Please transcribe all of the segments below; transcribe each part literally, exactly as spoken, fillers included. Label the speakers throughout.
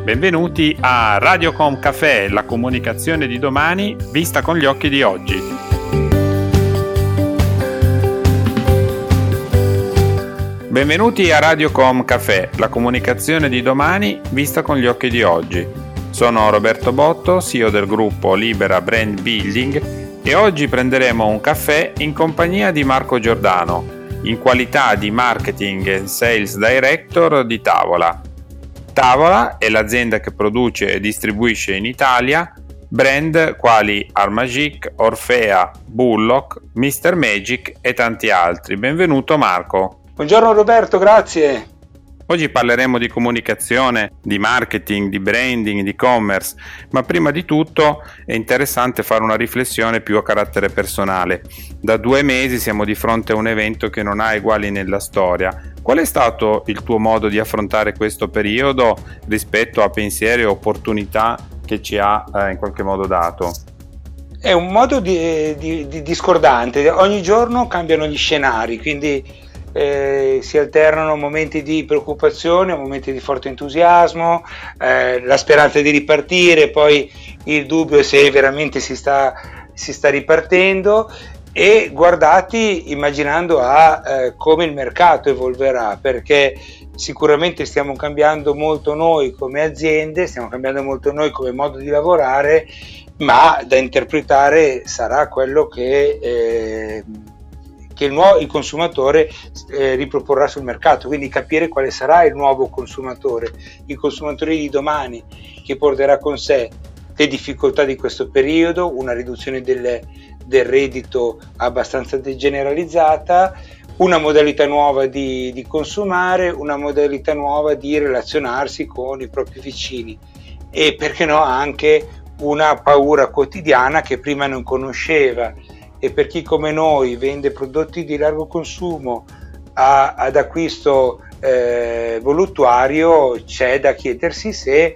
Speaker 1: Benvenuti a Radiocom Café, la comunicazione di domani vista con gli occhi di oggi. Benvenuti a Radiocom Café, la comunicazione di domani vista con gli occhi di oggi. Sono Roberto Botto, C E O del gruppo Libera Brand Building e oggi prenderemo un caffè in compagnia di Marco Giordano, in qualità di Marketing and Sales Director di Tavola. Tavola è l'azienda che produce e distribuisce in Italia brand quali Armagic, Orfea, Bullock, mister Magic e tanti altri. Benvenuto Marco.
Speaker 2: Buongiorno Roberto, grazie.
Speaker 1: Oggi parleremo di comunicazione, di marketing, di branding, di e-commerce, ma prima di tutto è interessante fare una riflessione più a carattere personale. Da due mesi siamo di fronte a un evento che non ha eguali nella storia. Qual è stato il tuo modo di affrontare questo periodo rispetto a pensieri e opportunità che ci ha eh, in qualche modo dato?
Speaker 2: È un modo di, di, di discordante, ogni giorno cambiano gli scenari, quindi Eh, si alternano momenti di preoccupazione, momenti di forte entusiasmo, eh, la speranza di ripartire, poi il dubbio se veramente si sta, si sta ripartendo, e guardati immaginando a eh, come il mercato evolverà, perché sicuramente stiamo cambiando molto noi come aziende, stiamo cambiando molto noi come modo di lavorare, ma da interpretare sarà quello che eh, che il, nuovo, il consumatore eh, riproporrà sul mercato, quindi capire quale sarà il nuovo consumatore, il consumatore di domani, che porterà con sé le difficoltà di questo periodo, una riduzione del, del reddito abbastanza generalizzata, una modalità nuova di, di consumare, una modalità nuova di relazionarsi con i propri vicini e perché no anche una paura quotidiana che prima non conosceva. E per chi come noi vende prodotti di largo consumo a, ad acquisto eh, voluttuario, c'è da chiedersi se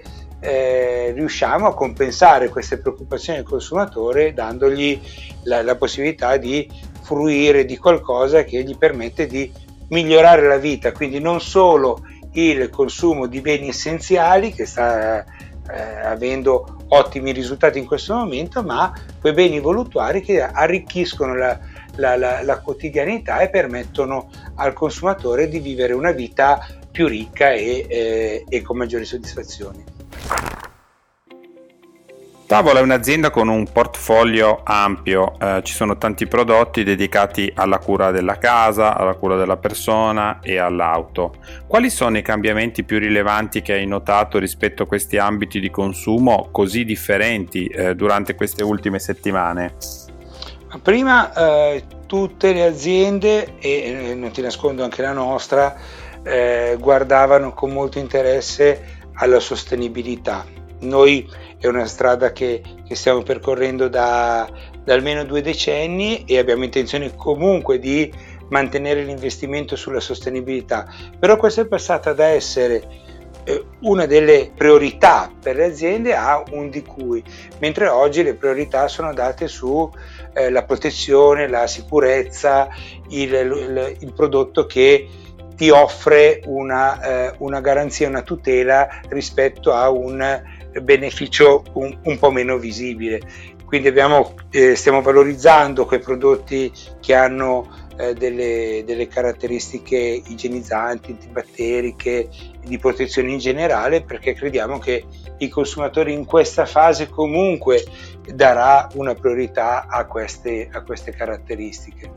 Speaker 2: eh, riusciamo a compensare queste preoccupazioni del consumatore dandogli la, la possibilità di fruire di qualcosa che gli permette di migliorare la vita, quindi non solo il consumo di beni essenziali che sta eh, avendo ottimi risultati in questo momento, ma quei beni voluttuari che arricchiscono la, la, la, la quotidianità e permettono al consumatore di vivere una vita più ricca e, eh, e con maggiori soddisfazioni.
Speaker 1: Tavola è un'azienda con un portfolio ampio, eh, ci sono tanti prodotti dedicati alla cura della casa, alla cura della persona e all'auto. Quali sono i cambiamenti più rilevanti che hai notato rispetto a questi ambiti di consumo così differenti eh, durante queste ultime settimane?
Speaker 2: Prima eh, tutte le aziende, e eh, non ti nascondo anche la nostra, eh, guardavano con molto interesse alla sostenibilità. Noi è una strada che, che stiamo percorrendo da, da almeno due decenni e abbiamo intenzione comunque di mantenere l'investimento sulla sostenibilità, però questa è passata da essere eh, una delle priorità per le aziende a un di cui, mentre oggi le priorità sono date su eh, la protezione, la sicurezza, il, il, il prodotto che ti offre una, eh, una garanzia, una tutela rispetto a un beneficio un, un po' meno visibile. Quindi abbiamo, eh, stiamo valorizzando quei prodotti che hanno eh, delle, delle caratteristiche igienizzanti, antibatteriche, di protezione in generale, perché crediamo che il consumatore in questa fase comunque darà una priorità a queste, a queste caratteristiche.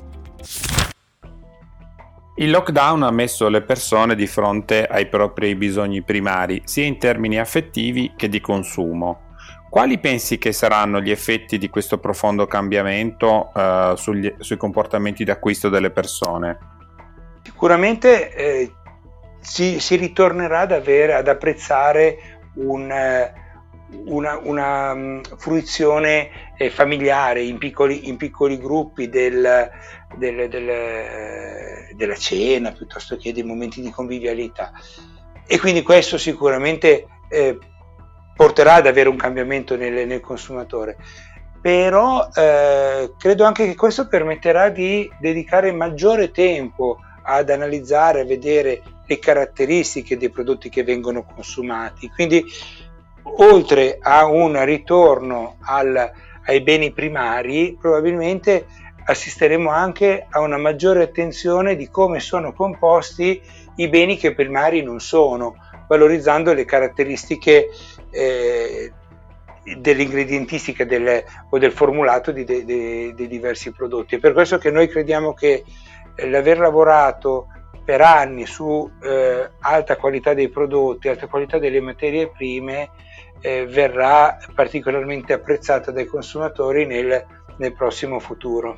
Speaker 1: Il lockdown ha messo le persone di fronte ai propri bisogni primari, sia in termini affettivi che di consumo. Quali pensi che saranno gli effetti di questo profondo cambiamento eh, sugli, sui comportamenti d'acquisto delle persone?
Speaker 2: Sicuramente eh, si, si ritornerà ad avere, ad apprezzare un, una, una um, fruizione eh, familiare in piccoli, in piccoli gruppi del, del, del, della cena piuttosto che dei momenti di convivialità, e quindi questo sicuramente eh, porterà ad avere un cambiamento nel, nel consumatore, però eh, credo anche che questo permetterà di dedicare maggiore tempo ad analizzare, a vedere le caratteristiche dei prodotti che vengono consumati, quindi oltre a un ritorno al, ai beni primari, probabilmente assisteremo anche a una maggiore attenzione di come sono composti i beni che primari non sono, valorizzando le caratteristiche eh, dell'ingredientistica del, o del formulato di, de, de, dei diversi prodotti. È per questo che noi crediamo che eh, l'aver lavorato per anni su eh, alta qualità dei prodotti, alta qualità delle materie prime, eh, verrà particolarmente apprezzata dai consumatori nel, nel prossimo futuro.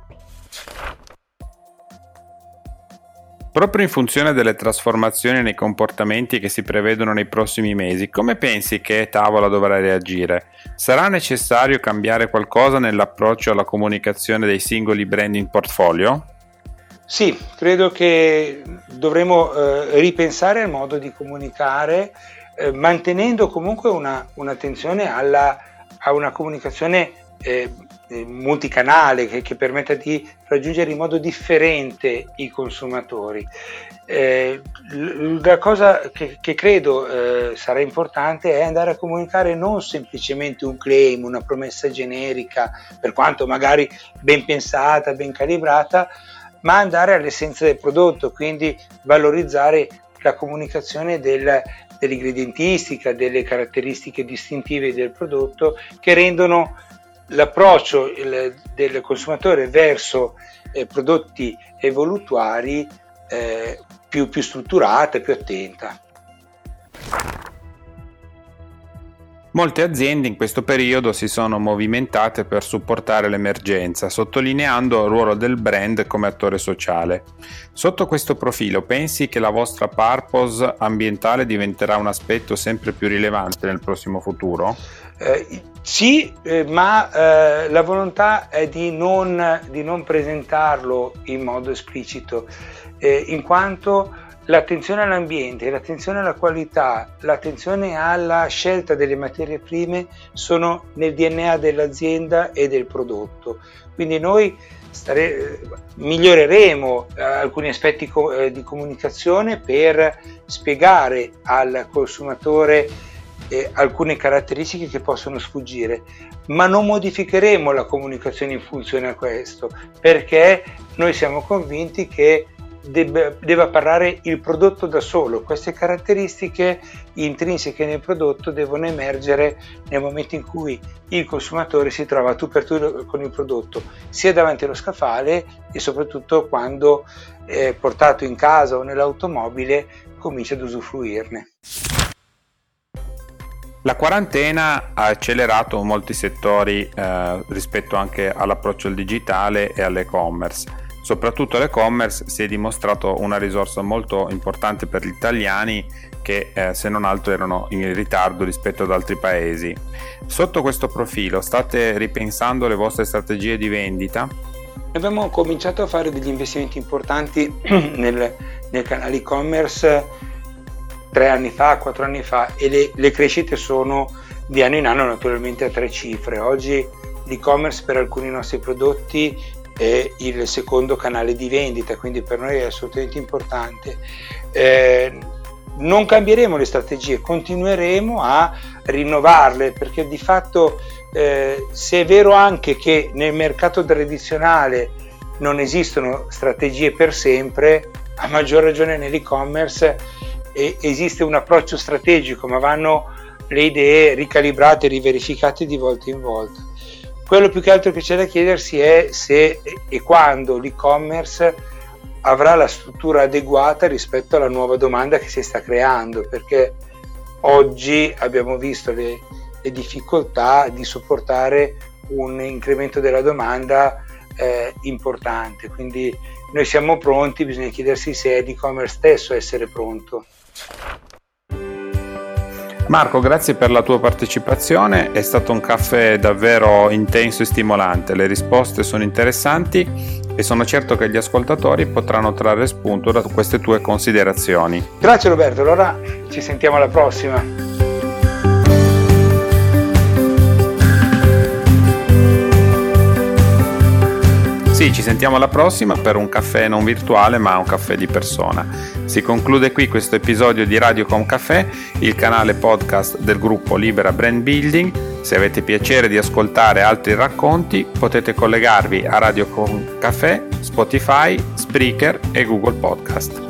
Speaker 1: Proprio in funzione delle trasformazioni nei comportamenti che si prevedono nei prossimi mesi, come pensi che Tavola dovrà reagire? Sarà necessario cambiare qualcosa nell'approccio alla comunicazione dei singoli brand in portfolio?
Speaker 2: Sì, credo che dovremo eh, ripensare al modo di comunicare, eh, mantenendo comunque una, un'attenzione alla, a una comunicazione eh, multicanale che, che permetta di raggiungere in modo differente i consumatori. Eh, la cosa che, che credo eh, sarà importante è andare a comunicare non semplicemente un claim, una promessa generica, per quanto magari ben pensata, ben calibrata, ma andare all'essenza del prodotto, quindi valorizzare la comunicazione del, dell'ingredientistica, delle caratteristiche distintive del prodotto che rendono l'approccio il, del consumatore verso eh, prodotti evoluttuari eh, più, più strutturata, più attenta.
Speaker 1: Molte aziende in questo periodo si sono movimentate per supportare l'emergenza, sottolineando il ruolo del brand come attore sociale. Sotto questo profilo, pensi che la vostra purpose ambientale diventerà un aspetto sempre più rilevante nel prossimo futuro?
Speaker 2: Eh, sì, eh, ma eh, la volontà è di non, di non presentarlo in modo esplicito, eh, in quanto l'attenzione all'ambiente, l'attenzione alla qualità, l'attenzione alla scelta delle materie prime sono nel D N A dell'azienda e del prodotto. Quindi noi stare, miglioreremo eh, alcuni aspetti co- eh, di comunicazione per spiegare al consumatore eh, alcune caratteristiche che possono sfuggire, ma non modificheremo la comunicazione in funzione a questo, perché noi siamo convinti che Debba, debba parlare il prodotto da solo. Queste caratteristiche intrinseche nel prodotto devono emergere nel momento in cui il consumatore si trova tu per tu con il prodotto, sia davanti allo scaffale e soprattutto quando eh, portato in casa o nell'automobile comincia ad usufruirne.
Speaker 1: La quarantena ha accelerato molti settori eh, rispetto anche all'approccio al digitale e all'e-commerce. Soprattutto l'e-commerce si è dimostrato una risorsa molto importante per gli italiani che eh, se non altro erano in ritardo rispetto ad altri paesi. Sotto questo profilo state ripensando le vostre strategie di vendita?
Speaker 2: Abbiamo cominciato a fare degli investimenti importanti nel, nel canale e-commerce tre anni fa, quattro anni fa e le, le crescite sono di anno in anno naturalmente a tre cifre. Oggi l'e-commerce per alcuni nostri prodotti è il secondo canale di vendita, quindi per noi è assolutamente importante. Eh, non cambieremo le strategie, continueremo a rinnovarle, perché di fatto eh, se è vero anche che nel mercato tradizionale non esistono strategie per sempre, a maggior ragione nell'e-commerce eh, esiste un approccio strategico, ma vanno le idee ricalibrate e riverificate di volta in volta. Quello più che altro che c'è da chiedersi è se e quando l'e-commerce avrà la struttura adeguata rispetto alla nuova domanda che si sta creando, perché oggi abbiamo visto le, le difficoltà di sopportare un incremento della domanda eh, importante, quindi noi siamo pronti, bisogna chiedersi se è l'e-commerce stesso a essere pronto.
Speaker 1: Marco, grazie per la tua partecipazione, è stato un caffè davvero intenso e stimolante, le risposte sono interessanti e sono certo che gli ascoltatori potranno trarre spunto da queste tue considerazioni.
Speaker 2: Grazie Roberto, allora ci sentiamo alla prossima.
Speaker 1: Sì, Noi ci sentiamo alla prossima per un caffè non virtuale ma un caffè di persona. Si conclude qui questo episodio di Radiocom Café, il canale podcast del gruppo Libera Brand Building. Se avete piacere di ascoltare altri racconti potete collegarvi a Radiocom Café, Spotify, Spreaker e Google Podcast.